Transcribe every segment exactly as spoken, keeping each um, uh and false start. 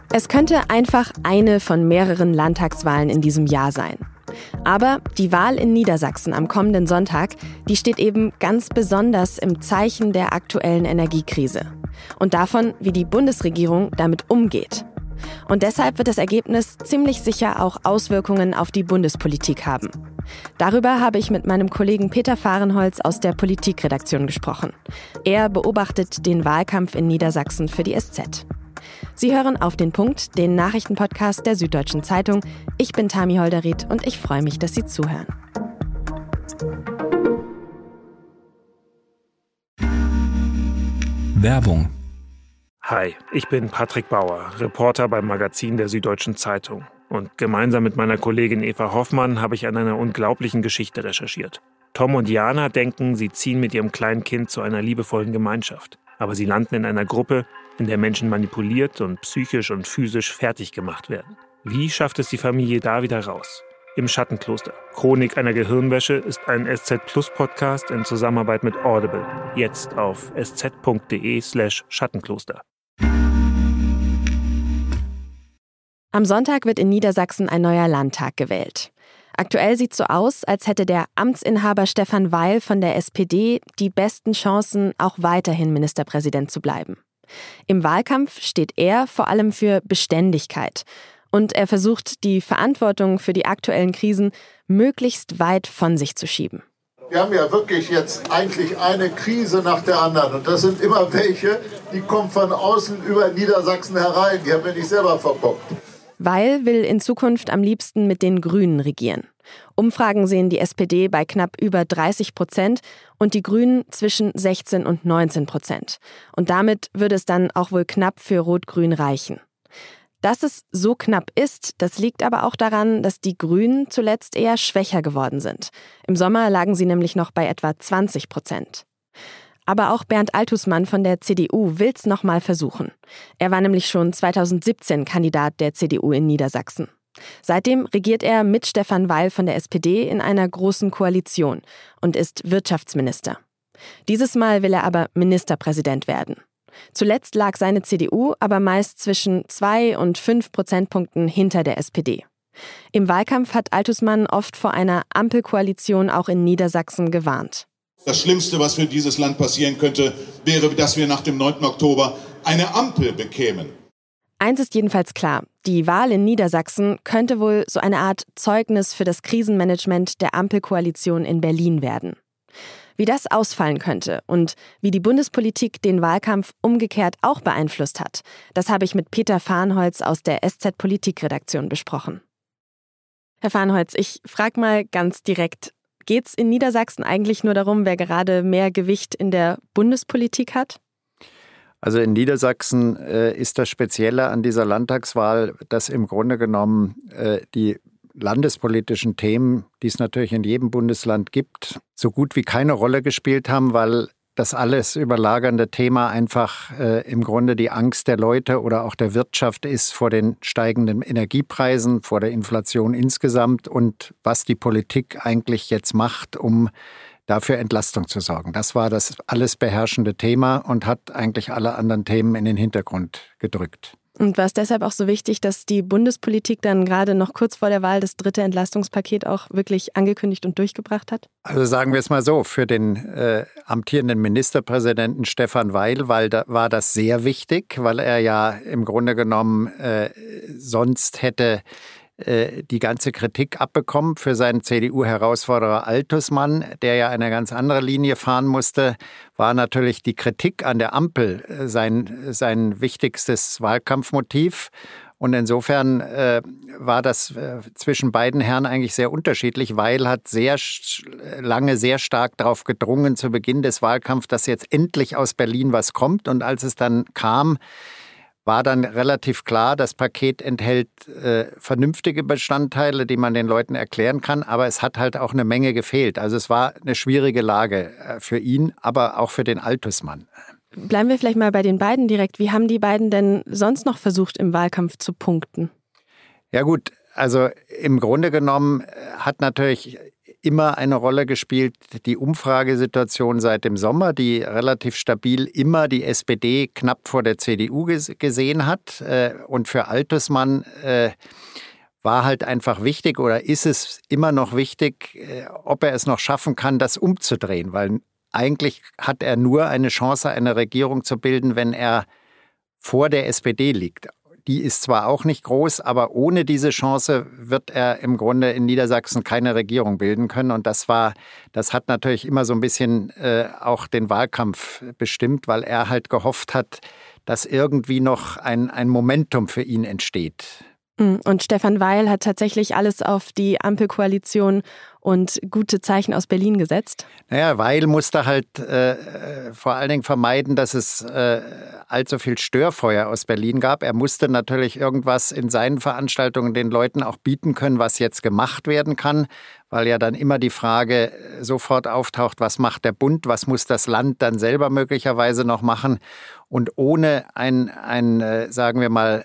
Es könnte einfach eine von mehreren Landtagswahlen in diesem Jahr sein. Aber die Wahl in Niedersachsen am kommenden Sonntag, die steht eben ganz besonders im Zeichen der aktuellen Energiekrise und davon, wie die Bundesregierung damit umgeht. Und deshalb wird das Ergebnis ziemlich sicher auch Auswirkungen auf die Bundespolitik haben. Darüber habe ich mit meinem Kollegen Peter Fahrenholz aus der Politikredaktion gesprochen. Er beobachtet den Wahlkampf in Niedersachsen für die S Z. Sie hören Auf den Punkt, den Nachrichtenpodcast der Süddeutschen Zeitung. Ich bin Tami Holderried und ich freue mich, dass Sie zuhören. Werbung. Hi, ich bin Patrick Bauer, Reporter beim Magazin der Süddeutschen Zeitung. Und gemeinsam mit meiner Kollegin Eva Hoffmann habe ich an einer unglaublichen Geschichte recherchiert. Tom und Jana denken, sie ziehen mit ihrem kleinen Kind zu einer liebevollen Gemeinschaft. Aber sie landen in einer Gruppe, in der Menschen manipuliert und psychisch und physisch fertig gemacht werden. Wie schafft es die Familie da wieder raus? Im Schattenkloster. Chronik einer Gehirnwäsche ist ein S Z Plus Podcast in Zusammenarbeit mit Audible. Jetzt auf sz.de slash Schattenkloster. Am Sonntag wird in Niedersachsen ein neuer Landtag gewählt. Aktuell sieht es so aus, als hätte der Amtsinhaber Stefan Weil von der S P D die besten Chancen, auch weiterhin Ministerpräsident zu bleiben. Im Wahlkampf steht er vor allem für Beständigkeit. Und er versucht, die Verantwortung für die aktuellen Krisen möglichst weit von sich zu schieben. Wir haben ja wirklich jetzt eigentlich eine Krise nach der anderen. Und das sind immer welche, die kommen von außen über Niedersachsen herein. Die haben wir nicht selber verbockt. Weil will in Zukunft am liebsten mit den Grünen regieren. Umfragen sehen die S P D bei knapp über dreißig Prozent und die Grünen zwischen sechzehn und neunzehn Prozent. Und damit würde es dann auch wohl knapp für Rot-Grün reichen. Dass es so knapp ist, das liegt aber auch daran, dass die Grünen zuletzt eher schwächer geworden sind. Im Sommer lagen sie nämlich noch bei etwa zwanzig Prozent. Aber auch Bernd Altusmann von der C D U will's noch mal versuchen. Er war nämlich schon zweitausendsiebzehn Kandidat der C D U in Niedersachsen. Seitdem regiert er mit Stefan Weil von der S P D in einer großen Koalition und ist Wirtschaftsminister. Dieses Mal will er aber Ministerpräsident werden. Zuletzt lag seine C D U aber meist zwischen zwei und fünf Prozentpunkten hinter der S P D. Im Wahlkampf hat Altusmann oft vor einer Ampelkoalition auch in Niedersachsen gewarnt. Das Schlimmste, was für dieses Land passieren könnte, wäre, dass wir nach dem neunten Oktober eine Ampel bekämen. Eins ist jedenfalls klar, die Wahl in Niedersachsen könnte wohl so eine Art Zeugnis für das Krisenmanagement der Ampelkoalition in Berlin werden. Wie das ausfallen könnte und wie die Bundespolitik den Wahlkampf umgekehrt auch beeinflusst hat, das habe ich mit Peter Fahrenholz aus der S Z Politikredaktion besprochen. Herr Fahrenholz, ich frage mal ganz direkt, geht es in Niedersachsen eigentlich nur darum, wer gerade mehr Gewicht in der Bundespolitik hat? Also in Niedersachsen äh, ist das Spezielle an dieser Landtagswahl, dass im Grunde genommen äh, die landespolitischen Themen, die es natürlich in jedem Bundesland gibt, so gut wie keine Rolle gespielt haben, weil das alles überlagernde Thema einfach äh, im Grunde die Angst der Leute oder auch der Wirtschaft ist vor den steigenden Energiepreisen, vor der Inflation insgesamt und was die Politik eigentlich jetzt macht, um dafür Entlastung zu sorgen. Das war das alles beherrschende Thema und hat eigentlich alle anderen Themen in den Hintergrund gedrückt. Und war es deshalb auch so wichtig, dass die Bundespolitik dann gerade noch kurz vor der Wahl das dritte Entlastungspaket auch wirklich angekündigt und durchgebracht hat? Also sagen wir es mal so, für den äh, amtierenden Ministerpräsidenten Stefan Weil war, da, war das sehr wichtig, weil er ja im Grunde genommen äh, sonst hätte die ganze Kritik abbekommen für seinen C D U-Herausforderer Altusmann, der ja eine ganz andere Linie fahren musste, war natürlich die Kritik an der Ampel sein, sein wichtigstes Wahlkampfmotiv. Und insofern äh, war das äh, zwischen beiden Herren eigentlich sehr unterschiedlich. Weil hat sehr lange sehr stark darauf gedrungen zu Beginn des Wahlkampfs, dass jetzt endlich aus Berlin was kommt. Und als es dann kam, war dann relativ klar, das Paket enthält äh, vernünftige Bestandteile, die man den Leuten erklären kann, aber es hat halt auch eine Menge gefehlt. Also es war eine schwierige Lage äh, für ihn, aber auch für den Altusmann. Bleiben wir vielleicht mal bei den beiden direkt. Wie haben die beiden denn sonst noch versucht, im Wahlkampf zu punkten? Ja gut, also im Grunde genommen hat natürlich immer eine Rolle gespielt, die Umfragesituation seit dem Sommer, die relativ stabil immer die S P D knapp vor der C D U gesehen hat. Und für Altersmann war halt einfach wichtig oder ist es immer noch wichtig, ob er es noch schaffen kann, das umzudrehen. Weil eigentlich hat er nur eine Chance, eine Regierung zu bilden, wenn er vor der S P D liegt. Die ist zwar auch nicht groß, aber ohne diese Chance wird er im Grunde in Niedersachsen keine Regierung bilden können. Und das war, das hat natürlich immer so ein bisschen äh, auch den Wahlkampf bestimmt, weil er halt gehofft hat, dass irgendwie noch ein, ein Momentum für ihn entsteht. Und Stefan Weil hat tatsächlich alles auf die Ampelkoalition und gute Zeichen aus Berlin gesetzt? Naja, Weil musste halt äh, vor allen Dingen vermeiden, dass es äh, allzu viel Störfeuer aus Berlin gab. Er musste natürlich irgendwas in seinen Veranstaltungen den Leuten auch bieten können, was jetzt gemacht werden kann, weil ja dann immer die Frage sofort auftaucht, was macht der Bund, was muss das Land dann selber möglicherweise noch machen. Und ohne ein, ein äh, sagen wir mal,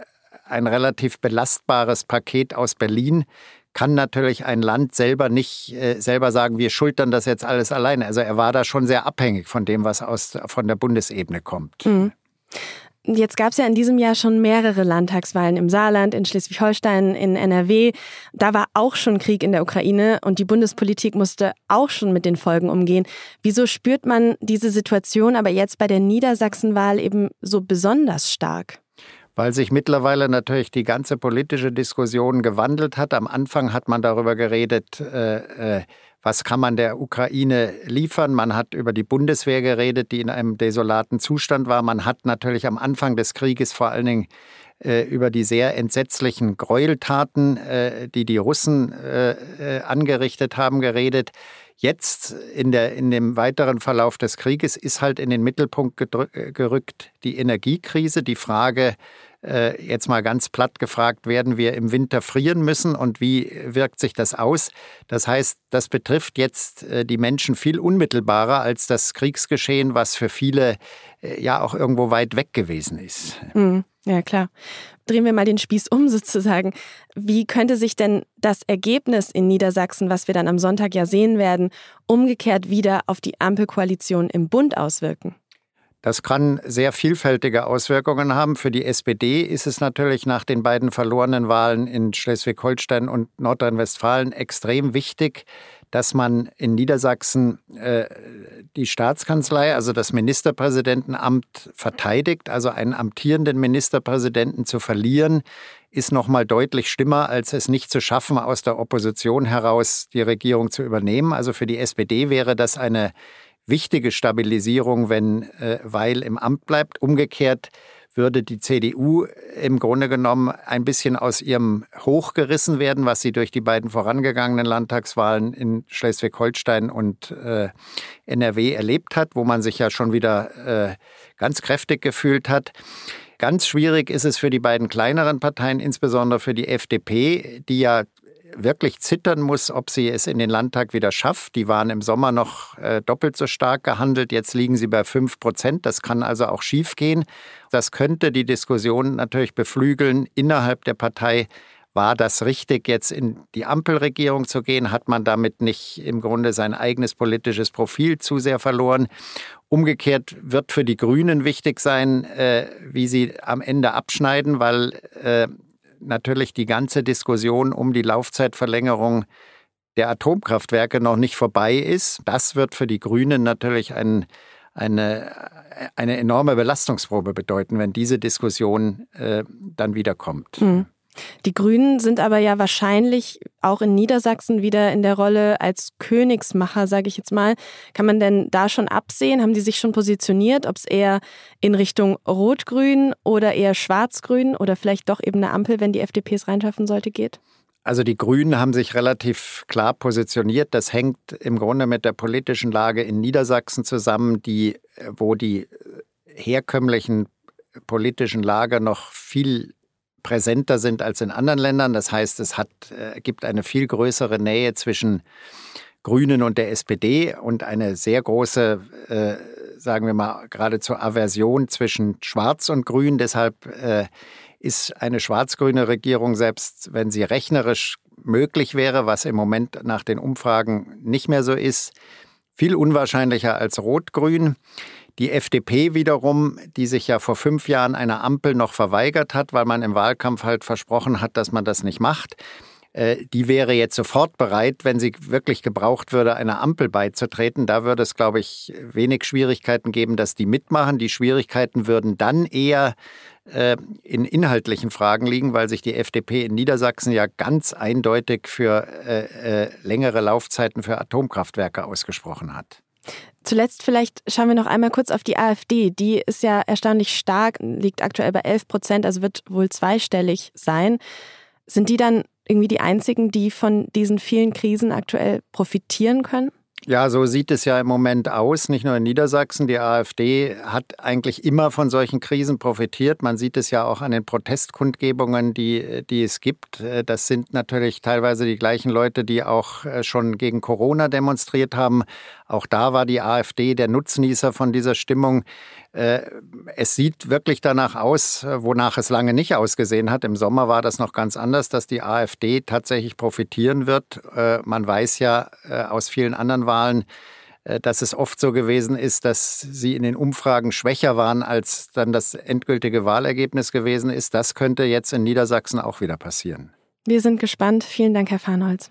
ein relativ belastbares Paket aus Berlin kann natürlich ein Land selber nicht äh, selber sagen, wir schultern das jetzt alles alleine. Also er war da schon sehr abhängig von dem, was aus, von der Bundesebene kommt. Mhm. Jetzt gab es ja in diesem Jahr schon mehrere Landtagswahlen im Saarland, in Schleswig-Holstein, in N R W. Da war auch schon Krieg in der Ukraine und die Bundespolitik musste auch schon mit den Folgen umgehen. Wieso spürt man diese Situation aber jetzt bei der Niedersachsenwahl eben so besonders stark? Weil sich mittlerweile natürlich die ganze politische Diskussion gewandelt hat. Am Anfang hat man darüber geredet, äh, äh, was kann man der Ukraine liefern. Man hat über die Bundeswehr geredet, die in einem desolaten Zustand war. Man hat natürlich am Anfang des Krieges vor allen Dingen äh, über die sehr entsetzlichen Gräueltaten, äh, die die Russen äh, äh, angerichtet haben, geredet. Jetzt in, der, in dem weiteren Verlauf des Krieges ist halt in den Mittelpunkt gedrück, gerückt die Energiekrise, die Frage, äh, jetzt mal ganz platt gefragt, werden wir im Winter frieren müssen und wie wirkt sich das aus? Das heißt, das betrifft jetzt äh, die Menschen viel unmittelbarer als das Kriegsgeschehen, was für viele äh, ja auch irgendwo weit weg gewesen ist. Mhm. Ja, klar. Drehen wir mal den Spieß um sozusagen. Wie könnte sich denn das Ergebnis in Niedersachsen, was wir dann am Sonntag ja sehen werden, umgekehrt wieder auf die Ampelkoalition im Bund auswirken? Das kann sehr vielfältige Auswirkungen haben. Für die S P D ist es natürlich nach den beiden verlorenen Wahlen in Schleswig-Holstein und Nordrhein-Westfalen extrem wichtig, dass man in Niedersachsen äh, die Staatskanzlei, also das Ministerpräsidentenamt, verteidigt. Also einen amtierenden Ministerpräsidenten zu verlieren, ist noch mal deutlich schlimmer, als es nicht zu schaffen, aus der Opposition heraus die Regierung zu übernehmen. Also für die S P D wäre das eine wichtige Stabilisierung, wenn äh, Weil im Amt bleibt. Umgekehrt würde die C D U im Grunde genommen ein bisschen aus ihrem Hoch gerissen werden, was sie durch die beiden vorangegangenen Landtagswahlen in Schleswig-Holstein und äh, N R W erlebt hat, wo man sich ja schon wieder äh, ganz kräftig gefühlt hat. Ganz schwierig ist es für die beiden kleineren Parteien, insbesondere für die F D P, die ja wirklich zittern muss, ob sie es in den Landtag wieder schafft. Die waren im Sommer noch äh, doppelt so stark gehandelt. Jetzt liegen sie bei fünf Prozent. Das kann also auch schiefgehen. Das könnte die Diskussion natürlich beflügeln. Innerhalb der Partei war das richtig, jetzt in die Ampelregierung zu gehen? Hat man damit nicht im Grunde sein eigenes politisches Profil zu sehr verloren? Umgekehrt wird für die Grünen wichtig sein, äh, wie sie am Ende abschneiden, weil äh, natürlich die ganze Diskussion um die Laufzeitverlängerung der Atomkraftwerke noch nicht vorbei ist. Das wird für die Grünen natürlich ein, eine, eine enorme Belastungsprobe bedeuten, wenn diese Diskussion äh, dann wieder kommt. Mhm. Die Grünen sind aber ja wahrscheinlich auch in Niedersachsen wieder in der Rolle als Königsmacher, sage ich jetzt mal. Kann man denn da schon absehen? Haben die sich schon positioniert, ob es eher in Richtung Rot-Grün oder eher Schwarz-Grün oder vielleicht doch eben eine Ampel, wenn die F D P es reinschaffen sollte, geht? Also die Grünen haben sich relativ klar positioniert. Das hängt im Grunde mit der politischen Lage in Niedersachsen zusammen, die, wo die herkömmlichen politischen Lager noch viel präsenter sind als in anderen Ländern. Das heißt, es hat, äh, gibt eine viel größere Nähe zwischen Grünen und der S P D und eine sehr große, äh, sagen wir mal, geradezu Aversion zwischen Schwarz und Grün. Deshalb äh, ist eine schwarz-grüne Regierung, selbst wenn sie rechnerisch möglich wäre, was im Moment nach den Umfragen nicht mehr so ist, viel unwahrscheinlicher als rot-grün. Die F D P wiederum, die sich ja vor fünf Jahren einer Ampel noch verweigert hat, weil man im Wahlkampf halt versprochen hat, dass man das nicht macht, die wäre jetzt sofort bereit, wenn sie wirklich gebraucht würde, einer Ampel beizutreten. Da würde es, glaube ich, wenig Schwierigkeiten geben, dass die mitmachen. Die Schwierigkeiten würden dann eher äh, in inhaltlichen Fragen liegen, weil sich die F D P in Niedersachsen ja ganz eindeutig für äh, äh, längere Laufzeiten für Atomkraftwerke ausgesprochen hat. Zuletzt vielleicht schauen wir noch einmal kurz auf die AfD. Die ist ja erstaunlich stark, liegt aktuell bei elf Prozent, also wird wohl zweistellig sein. Sind die dann irgendwie die einzigen, die von diesen vielen Krisen aktuell profitieren können? Ja, so sieht es ja im Moment aus, nicht nur in Niedersachsen. Die AfD hat eigentlich immer von solchen Krisen profitiert. Man sieht es ja auch an den Protestkundgebungen, die, die es gibt. Das sind natürlich teilweise die gleichen Leute, die auch schon gegen Corona demonstriert haben. Auch da war die AfD der Nutznießer von dieser Stimmung. Es sieht wirklich danach aus, wonach es lange nicht ausgesehen hat. Im Sommer war das noch ganz anders, dass die AfD tatsächlich profitieren wird. Man weiß ja aus vielen anderen Wahlen, dass es oft so gewesen ist, dass sie in den Umfragen schwächer waren, als dann das endgültige Wahlergebnis gewesen ist. Das könnte jetzt in Niedersachsen auch wieder passieren. Wir sind gespannt. Vielen Dank, Herr Farnholz.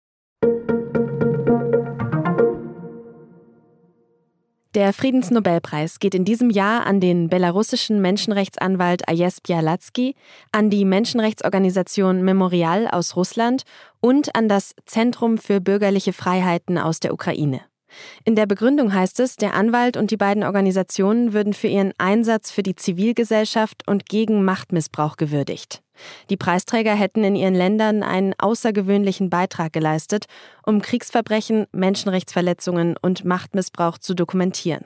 Der Friedensnobelpreis geht in diesem Jahr an den belarussischen Menschenrechtsanwalt Ajes Bialatsky, an die Menschenrechtsorganisation Memorial aus Russland und an das Zentrum für bürgerliche Freiheiten aus der Ukraine. In der Begründung heißt es, der Anwalt und die beiden Organisationen würden für ihren Einsatz für die Zivilgesellschaft und gegen Machtmissbrauch gewürdigt. Die Preisträger hätten in ihren Ländern einen außergewöhnlichen Beitrag geleistet, um Kriegsverbrechen, Menschenrechtsverletzungen und Machtmissbrauch zu dokumentieren.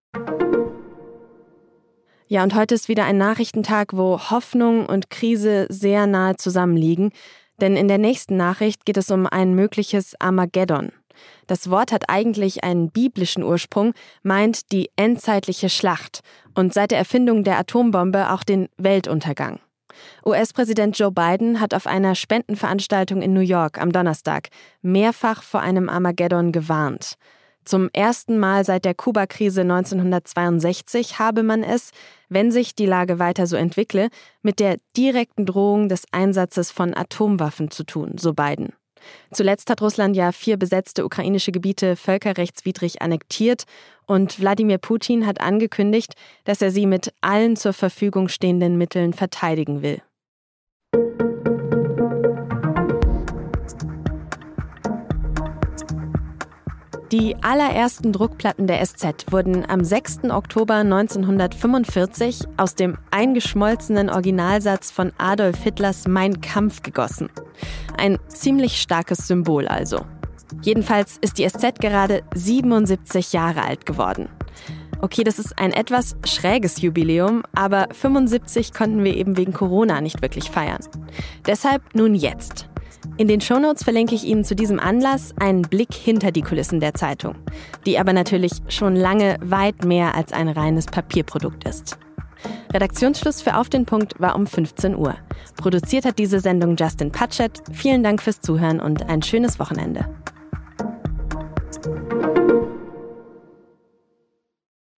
Ja, und heute ist wieder ein Nachrichtentag, wo Hoffnung und Krise sehr nahe zusammenliegen. Denn in der nächsten Nachricht geht es um ein mögliches Armageddon. Das Wort hat eigentlich einen biblischen Ursprung, meint die endzeitliche Schlacht und seit der Erfindung der Atombombe auch den Weltuntergang. U S-Präsident Joe Biden hat auf einer Spendenveranstaltung in New York am Donnerstag mehrfach vor einem Armageddon gewarnt. Zum ersten Mal seit der Kuba-Krise neunzehnhundertzweiundsechzig habe man es, wenn sich die Lage weiter so entwickle, mit der direkten Drohung des Einsatzes von Atomwaffen zu tun, so Biden. Zuletzt hat Russland ja vier besetzte ukrainische Gebiete völkerrechtswidrig annektiert und Wladimir Putin hat angekündigt, dass er sie mit allen zur Verfügung stehenden Mitteln verteidigen will. Die allerersten Druckplatten der S Z wurden am sechsten Oktober neunzehnhundertfünfundvierzig aus dem eingeschmolzenen Originalsatz von Adolf Hitlers Mein Kampf gegossen. Ein ziemlich starkes Symbol also. Jedenfalls ist die S Z gerade siebenundsiebzig Jahre alt geworden. Okay, das ist ein etwas schräges Jubiläum, aber fünfundsiebzig konnten wir eben wegen Corona nicht wirklich feiern. Deshalb nun jetzt. In den Shownotes verlinke ich Ihnen zu diesem Anlass einen Blick hinter die Kulissen der Zeitung, die aber natürlich schon lange weit mehr als ein reines Papierprodukt ist. Redaktionsschluss für Auf den Punkt war um fünfzehn Uhr. Produziert hat diese Sendung Justin Patchett. Vielen Dank fürs Zuhören und ein schönes Wochenende.